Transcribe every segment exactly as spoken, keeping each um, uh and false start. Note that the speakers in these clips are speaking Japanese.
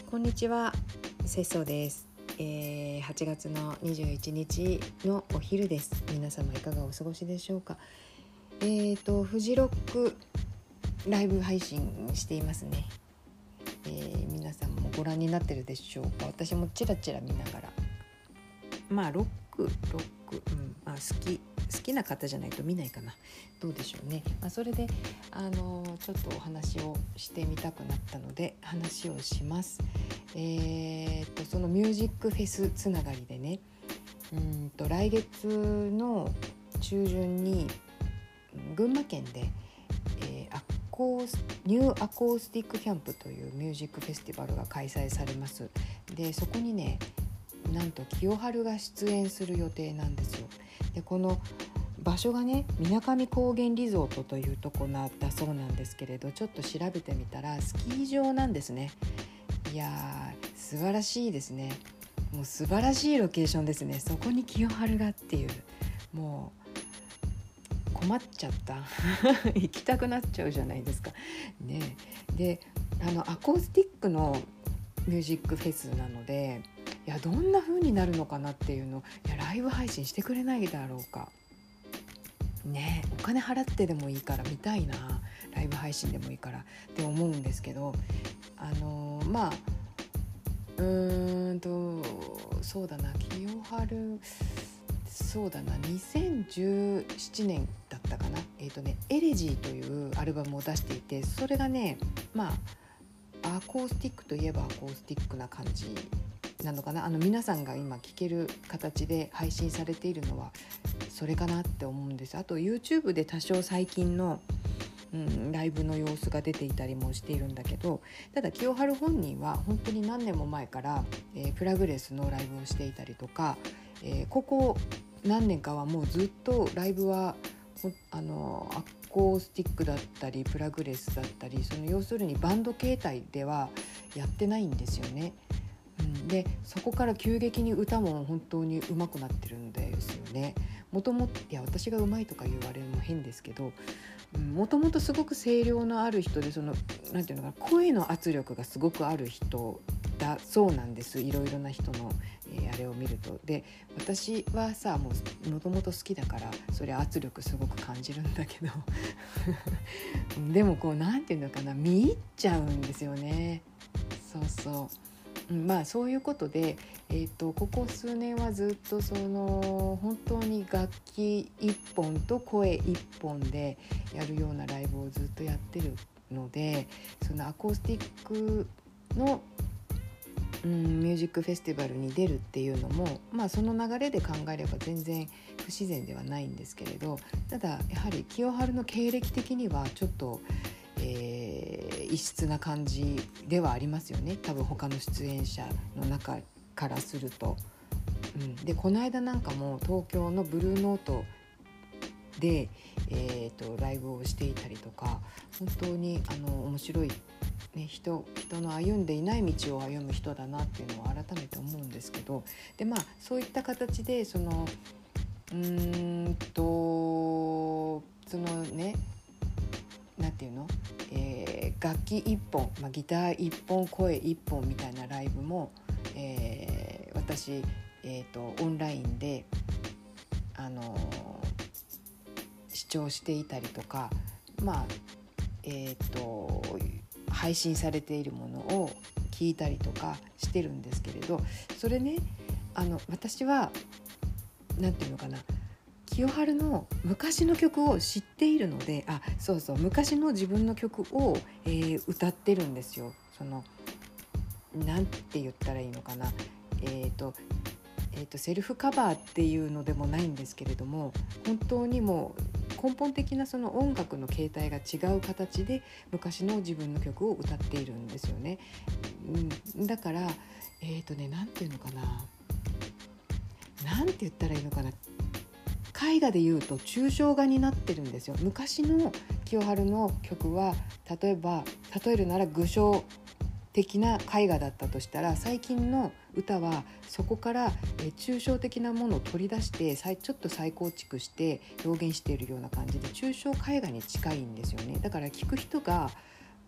こんにちは、節操です、えー、はちがつのにじゅういちにちのお昼です。皆様いかがお過ごしでしょうか。えーとフジロックライブ配信していますね、えー、皆さんもご覧になってるでしょうか。私もチラチラ見ながら、まあロックロック、うんまあ、好き好きな方じゃないと見ないかな、どうでしょうね。まあ、それであのちょっとお話をしてみたくなったので話をします。えー、とそのミュージックフェスつながりでね、うんと来月の中旬に群馬県で、えー、アコースニューアコースティックキャンプというミュージックフェスティバルが開催されます。でそこにね、なんと清春が出演する予定なんですよ。でこの場所がね、水上高原リゾートというところだそうなんですけれど、ちょっと調べてみたらスキー場なんですね。いやー素晴らしいですね。もう素晴らしいロケーションですね。そこに清春がっていう、もう困っちゃった行きたくなっちゃうじゃないですかね。であのアコースティックのミュージックフェスなので、いやどんな風になるのかなっていうの、いやライブ配信してくれないだろうかね。お金払ってでもいいから見たいな、ライブ配信でもいいからって思うんですけど、あのー、まあうーんとそうだな、清春そうだなにせんじゅうななねんだったかな、えーとねエレジーというアルバムを出していて、それがねまあアコースティックといえばアコースティックな感じなのかな。あの皆さんが今聴ける形で配信されているのはそれかなって思うんです。あと YouTube で多少最近の、うん、ライブの様子が出ていたりもしているんだけど、ただ清春本人は本当に何年も前から、えー、プラグレスのライブをしていたりとか、えー、ここ何年かはもうずっとライブはあのアコースティックだったりプラグレスだったり、その要するにバンド形態ではやってないんですよね。うん、でそこから急激に歌も本当に上手くなってるんですよね。もともといや私が上手いとか言われるのも変ですけど、もともとすごく声量のある人で、そのなんていうのかな、声の圧力がすごくある人だそうなんです。いろいろな人の、えー、あれを見ると。で私はさ、もうもともと好きだからそれ圧力すごく感じるんだけどでもこうなんていうのかな、見入っちゃうんですよね。そうそう、まあそういうことで、えーと、ここ数年はずっとその本当に楽器一本と声一本でやるようなライブをずっとやってるので、そのアコースティックの、うん、ミュージックフェスティバルに出るっていうのも、まあその流れで考えれば全然不自然ではないんですけれど、ただやはり清春の経歴的にはちょっとえー、異質な感じではありますよね、多分他の出演者の中からすると、うん、でこの間なんかも東京のブルーノートで、えー、とライブをしていたりとか、本当にあの面白い、ね、人, 人の歩んでいない道を歩む人だなっていうのを改めて思うんですけど、でまあそういった形でそのうーんとそのねなんていうの、えー、楽器一本、まあ、ギター一本声一本みたいなライブも、えー、私、えーと、オンラインで、あのー、視聴していたりとか、まあえーと、配信されているものを聞いたりとかしてるんですけれど、それね、あの私はなんていうのかな、清春の昔の曲を知っているので、あ、そうそう、昔の自分の曲を、えー、歌ってるんですよ。そのなんて言ったらいいのかな、えーとえーとセルフカバーっていうのでもないんですけれども、本当にもう根本的なその音楽の形態が違う形で昔の自分の曲を歌っているんですよね。うん、だからえーとねなんていうのかな、なんて言ったらいいのかな、絵画で言うと抽象画になってるんですよ。昔の清春の曲は例えば例えるなら具象的な絵画だったとしたら、最近の歌はそこからえ抽象的なものを取り出してちょっと再構築して表現しているような感じで、抽象絵画に近いんですよね。だから聴く人が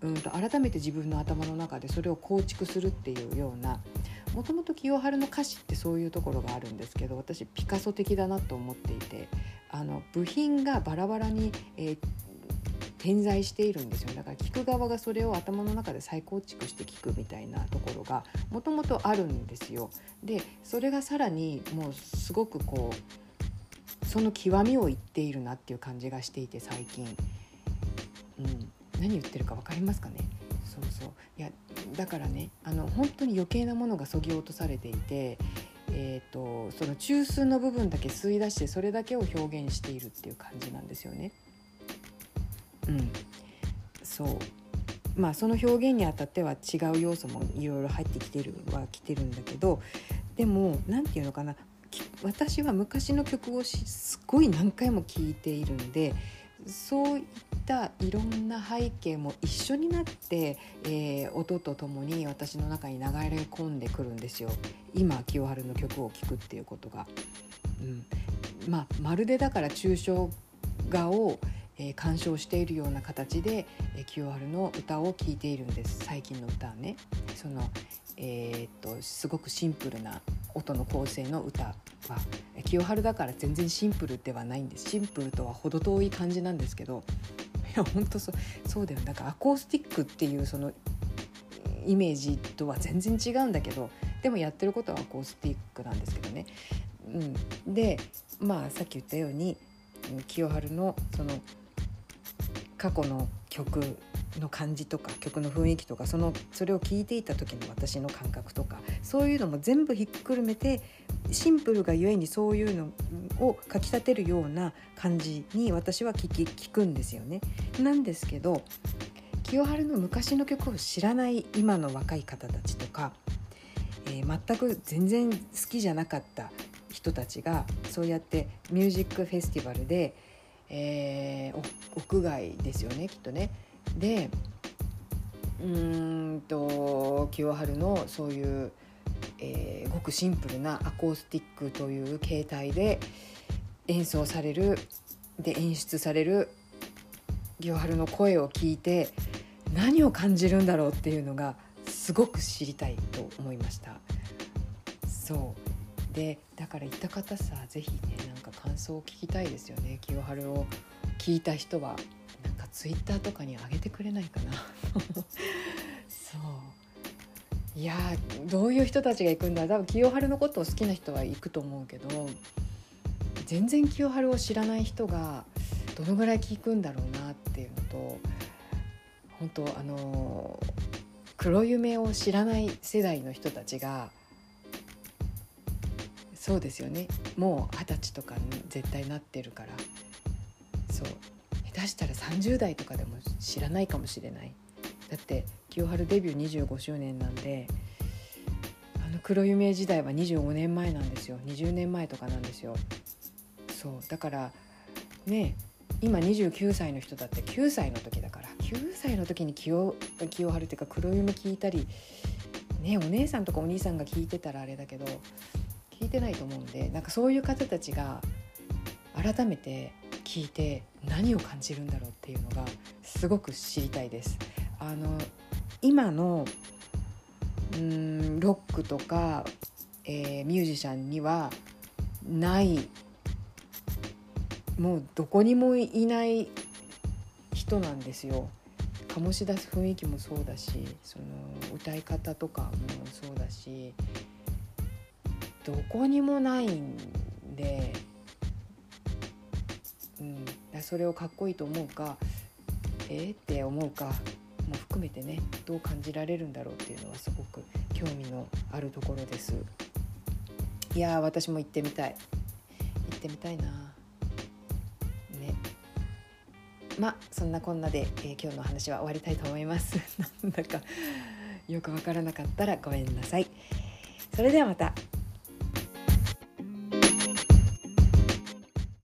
うんと改めて自分の頭の中でそれを構築するっていうような、もともと清春の歌詞ってそういうところがあるんですけど、私ピカソ的だなと思っていて、あの部品がバラバラに、えー、点在しているんですよ。だから聞く側がそれを頭の中で再構築して聞くみたいなところがもともとあるんですよ。でそれがさらにもうすごくこうその極みを言っているなっていう感じがしていて、最近、うん、何言ってるか分かりますかね。そうそう、いやだからね、あの本当に余計なものが削ぎ落とされていて、えーと、その中枢の部分だけ吸い出してそれだけを表現しているっていう感じなんですよね。うん、そうまあその表現にあたっては違う要素もいろいろ入ってきてるはきてるんだけど、でもなんていうのかな、私は昔の曲をすごい何回も聴いているんで、そういったいろんな背景も一緒になって、えー、音とともに私の中に流れ込んでくるんですよ。今清春の曲を聴くっていうことが、うん、まあまるでだから抽象画を、えー、鑑賞しているような形で、えー、清春の歌を聴いているんです。最近の歌はね、その、えー、っとすごくシンプルな音の構成の歌は清春だから全然シンプルではないんです。シンプルとは程遠い感じなんですけど、いや本当そうそうだよ。だからアコースティックっていうそのイメージとは全然違うんだけど、でもやってることはアコースティックなんですけどね、うん、でまあさっき言ったように清春のその過去の曲の感じとか曲の雰囲気とか、そのそれを聞いていた時の私の感覚とか、そういうのも全部ひっくるめてシンプルがゆえにそういうのをかきたてるような感じに私は聞き聞くんですよね。なんですけど清春の昔の曲を知らない今の若い方たちとか、えー、全く全然好きじゃなかった人たちがそうやってミュージックフェスティバルで、えー、屋外ですよねきっとね。でうーんと清春のそういう、えー、ごくシンプルなアコースティックという形態で演奏されるで演出される清春の声を聞いて何を感じるんだろうっていうのがすごく知りたいと思いました。そうでだから行った方さ、ぜひねなんか感想を聞きたいですよね。清春を聞いた人はなんかツイッターとかに上げてくれないかなそういやどういう人たちが行くんだ。多分清春のことを好きな人は行くと思うけど、全然清春を知らない人がどのぐらい聞くんだろうなっていうのと、本当あの黒夢を知らない世代の人たちがそうですよね、もう二十歳とかに絶対なってるから、そう下手したらさんじゅう代とかでも知らないかもしれない。だって清春デビューにじゅうごしゅうねんなんで、あの黒夢時代はにじゅうごねんまえなんですよ。にじゅうねんまえとかなんですよ。そうだからね、今にじゅうきゅうさいの人だってきゅうさいの時だから、きゅうさいの時に 清, 清春っていうか黒夢聞いたりね、お姉さんとかお兄さんが聞いてたらあれだけど聞いてないと思うんで、なんかそういう方たちが改めて聞いて何を感じるんだろうっていうのがすごく知りたいです。あの今のうーんロックとか、えー、ミュージシャンにはないもうどこにもいない人なんですよ。醸し出す雰囲気もそうだし、その歌い方とかもそうだし、どこにもないんで、うん、それをかっこいいと思うかえー、って思うかも含めてね、どう感じられるんだろうっていうのはすごく興味のあるところです。いやー私も行ってみたい行ってみたいなね。まあそんなこんなで、えー、今日の話は終わりたいと思いますなんだかよくわからなかったらごめんなさい。それではまた。